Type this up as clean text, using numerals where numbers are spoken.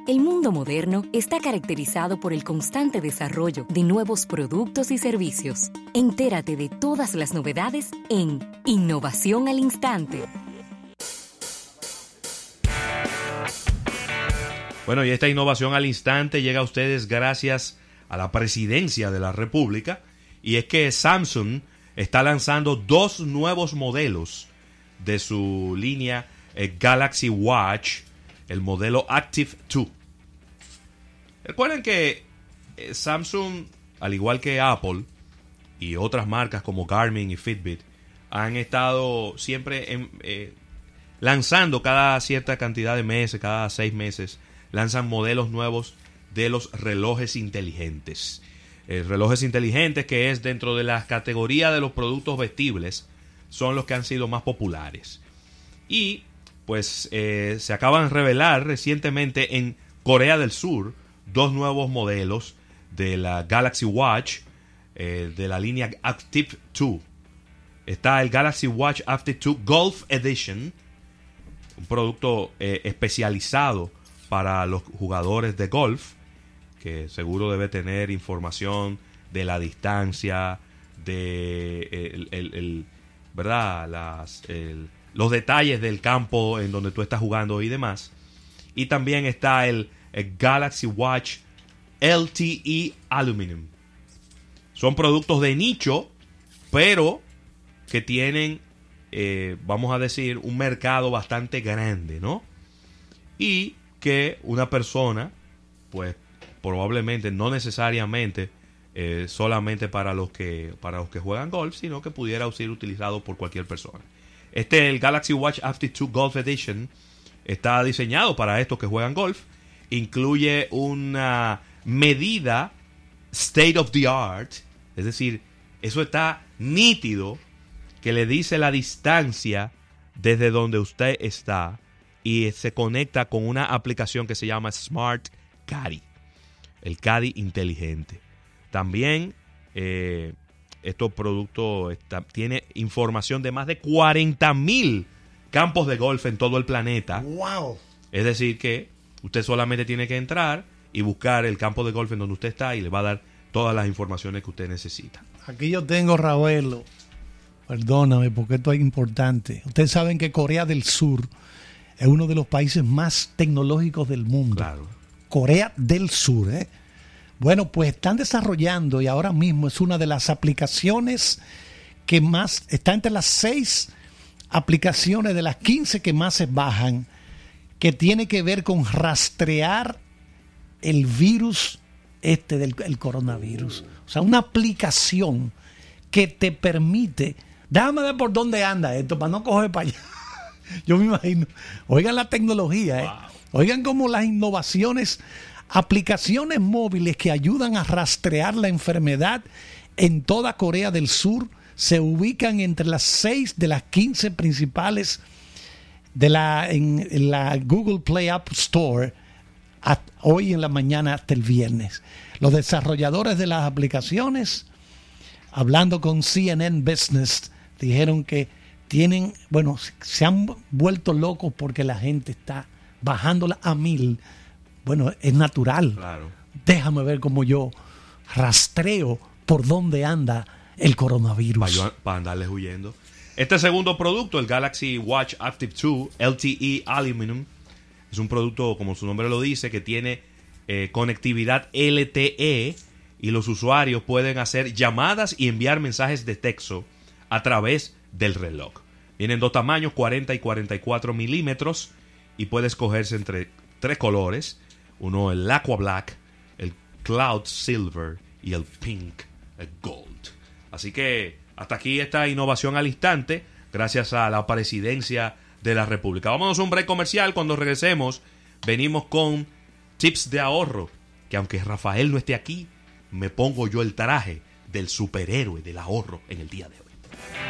El mundo moderno está caracterizado por el constante desarrollo de nuevos productos y servicios. Entérate de todas las novedades en Innovación al Instante. Bueno, y esta innovación al instante llega a ustedes gracias a la Presidencia de la República, y es que Samsung está lanzando 2 nuevos modelos de su línea Galaxy Watch, el modelo Active 2. Recuerden que Samsung, al igual que Apple y otras marcas como Garmin y Fitbit, han estado siempre lanzando cada cierta cantidad de meses, cada 6 meses, lanzan modelos nuevos de los relojes inteligentes. Relojes inteligentes, que es dentro de la categoría de los productos vestibles, son los que han sido más populares. Y pues se acaban de revelar recientemente en Corea del Sur 2 nuevos modelos de la Galaxy Watch de la línea Active 2. Está el Galaxy Watch Active 2 Golf Edition, un producto especializado para los jugadores de golf, que seguro debe tener información de la distancia, de ¿verdad? Los detalles del campo en donde tú estás jugando y demás. Y también está el Galaxy Watch LTE Aluminum. Son productos de nicho, pero que tienen, vamos a decir, un mercado bastante grande, ¿no? Y que una persona, pues probablemente, no necesariamente solamente para los que juegan golf, sino que pudiera ser utilizado por cualquier persona. El Galaxy Watch Active 2 Golf Edition está diseñado para estos que juegan golf. Incluye una medida state of the art, es decir, eso está nítido, que le dice la distancia desde donde usted está, y se conecta con una aplicación que se llama Smart Caddy, el Caddy inteligente. También estos productos tiene información de más de 40,000 campos de golf en todo el planeta. ¡Wow! Es decir que usted solamente tiene que entrar y buscar el campo de golf en donde usted está, y le va a dar todas las informaciones que usted necesita. Aquí yo tengo, Raúl, perdóname porque esto es importante. Ustedes saben que Corea del Sur es uno de los países más tecnológicos del mundo. Claro. Corea del Sur, ¿eh? Bueno, pues están desarrollando, y ahora mismo es una de las aplicaciones que más, está entre las 6 aplicaciones de las 15 que más se bajan, que tiene que ver con rastrear el virus del coronavirus. O sea, una aplicación que te permite, déjame ver por dónde anda esto para no coger para allá. Yo me imagino, oigan la tecnología, Wow. Oigan cómo las innovaciones, aplicaciones móviles que ayudan a rastrear la enfermedad en toda Corea del Sur se ubican entre las 6 de las 15 principales en la Google Play App Store hoy en la mañana hasta el viernes. Los desarrolladores de las aplicaciones, hablando con CNN Business, dijeron que se han vuelto locos porque la gente está bajándola a 1000. Bueno, es natural. Claro. Déjame ver cómo yo rastreo por dónde anda el coronavirus. Para andarles huyendo. Este segundo producto, el Galaxy Watch Active 2 LTE Aluminum, es un producto, como su nombre lo dice, que tiene conectividad LTE, y los usuarios pueden hacer llamadas y enviar mensajes de texto a través del reloj. Vienen 2 tamaños, 40 y 44 milímetros, y puede escogerse entre 3 colores. Uno, el Aqua Black, el Cloud Silver y el Pink, el Gold. Así que hasta aquí esta innovación al instante, gracias a la Presidencia de la República. Vámonos a un break comercial. Cuando regresemos, venimos con tips de ahorro, que aunque Rafael no esté aquí, me pongo yo el traje del superhéroe del ahorro en el día de hoy.